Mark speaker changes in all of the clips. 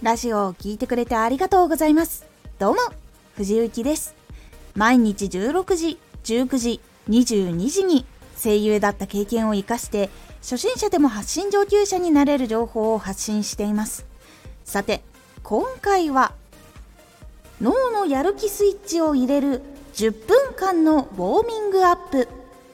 Speaker 1: ラジオを聞いてくれてありがとうございます。どうも、藤幸です。毎日16時、19時、22時に声優だった経験を生かして初心者でも発信上級者になれる情報を発信しています。さて、今回は脳のやる気スイッチを入れる10分間のウォーミングアップ。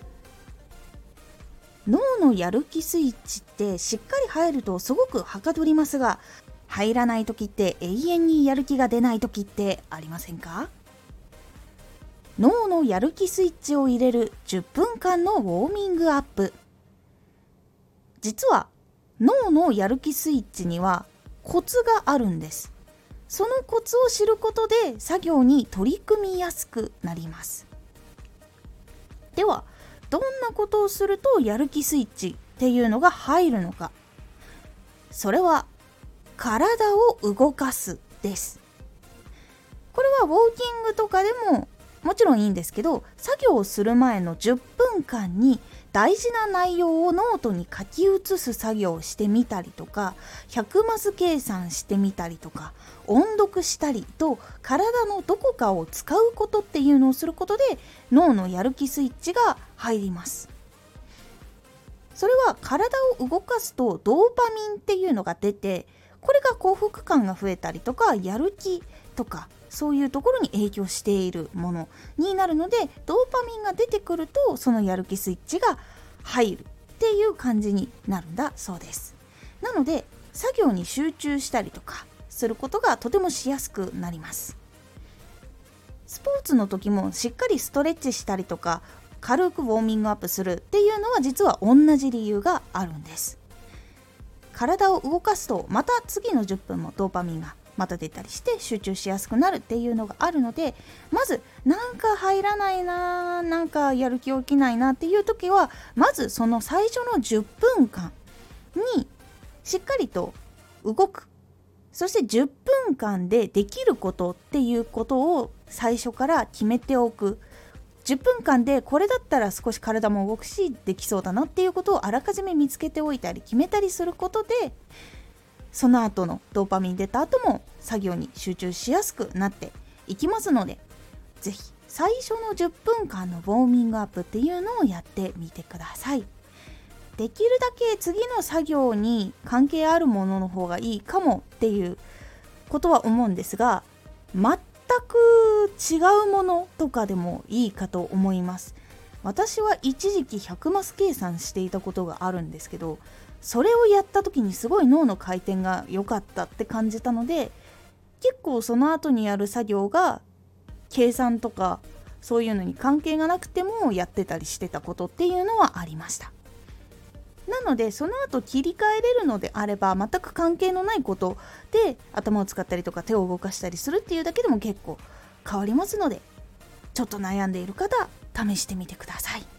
Speaker 1: 脳のやる気スイッチってしっかり入るとすごくはかどりますが、入らない時って永遠にやる気が出ない時ってありませんか？脳のやる気スイッチを入れる10分間のウォーミングアップ。実は脳のやる気スイッチにはコツがあるんです。そのコツを知ることで作業に取り組みやすくなります。では、どんなことをするとやる気スイッチっていうのが入るのか。それは体を動かすです。これはウォーキングとかでももちろんいいんですけど、作業をする前の10分間に大事な内容をノートに書き写す作業をしてみたりとか、100マス計算してみたりとか、音読したりと、体のどこかを使うことっていうのをすることで脳のやる気スイッチが入ります。それは体を動かすとドーパミンっていうのが出て、これが幸福感が増えたりとか、やる気とかそういうところに影響しているものになるので、ドーパミンが出てくるとそのやる気スイッチが入るっていう感じになるんだそうです。なので作業に集中したりとかすることがとてもしやすくなります。スポーツの時もしっかりストレッチしたりとか、軽くウォーミングアップするっていうのは実は同じ理由があるんです。体を動かすとまた次の10分もドーパミンがまた出たりして集中しやすくなるっていうのがあるので、まずなんか入らないな、なんかやる気起きないなっていう時は、まずその最初の10分間にしっかりと動く。そして10分間でできることっていうことを最初から決めておく。10分間でこれだったら少し体も動くしできそうだなっていうことをあらかじめ見つけておいたり決めたりすることで、その後のドーパミン出た後も作業に集中しやすくなっていきますので、ぜひ最初の10分間のウォーミングアップっていうのをやってみてください。できるだけ次の作業に関係あるものの方がいいかもっていうことは思うんですが、全く違うものとかでもいいかと思います。私は一時期100マス計算していたことがあるんですけど、それをやった時にすごい脳の回転が良かったって感じたので、結構その後にやる作業が計算とかそういうのに関係がなくてもやってたりしてたことっていうのはありました。なのでその後切り替えれるのであれば、全く関係のないことで頭を使ったりとか手を動かしたりするっていうだけでも結構変わりますので、ちょっと悩んでいる方試してみてください。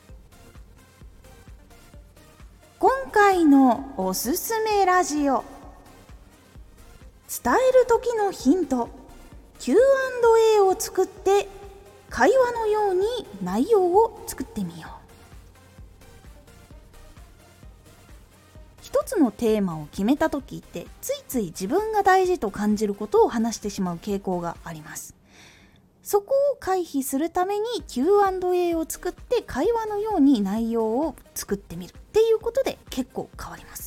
Speaker 1: 今回のおすすめラジオ、伝える時のヒント、 Q&A を作って会話のように内容を作ってみよう。一つのテーマを決めた時ってついつい自分が大事と感じることを話してしまう傾向があります。そこを回避するために Q&A を作って会話のように内容を作ってみるっていうことで結構変わります。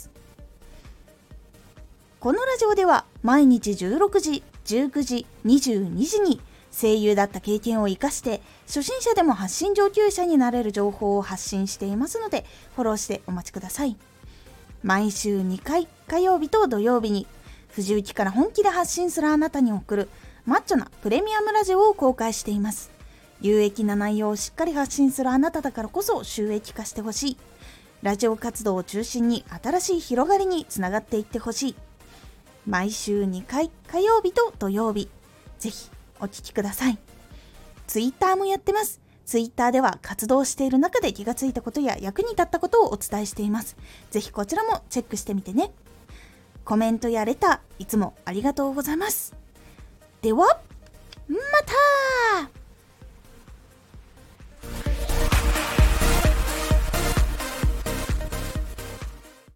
Speaker 1: このラジオでは毎日16時、19時、22時に声優だった経験を生かして初心者でも発信上級者になれる情報を発信していますので、フォローしてお待ちください。毎週2回、火曜日と土曜日に藤雪から本気で発信するあなたに送るマッチョなプレミアムラジオを公開しています。有益な内容をしっかり発信するあなただからこそ収益化してほしい。ラジオ活動を中心に新しい広がりにつながっていってほしい。毎週2回、火曜日と土曜日、ぜひお聞きください。ツイッターもやってます。ツイッターでは活動している中で気がついたことや役に立ったことをお伝えしています。ぜひこちらもチェックしてみてね。コメントやレターいつもありがとうございます。ではまた。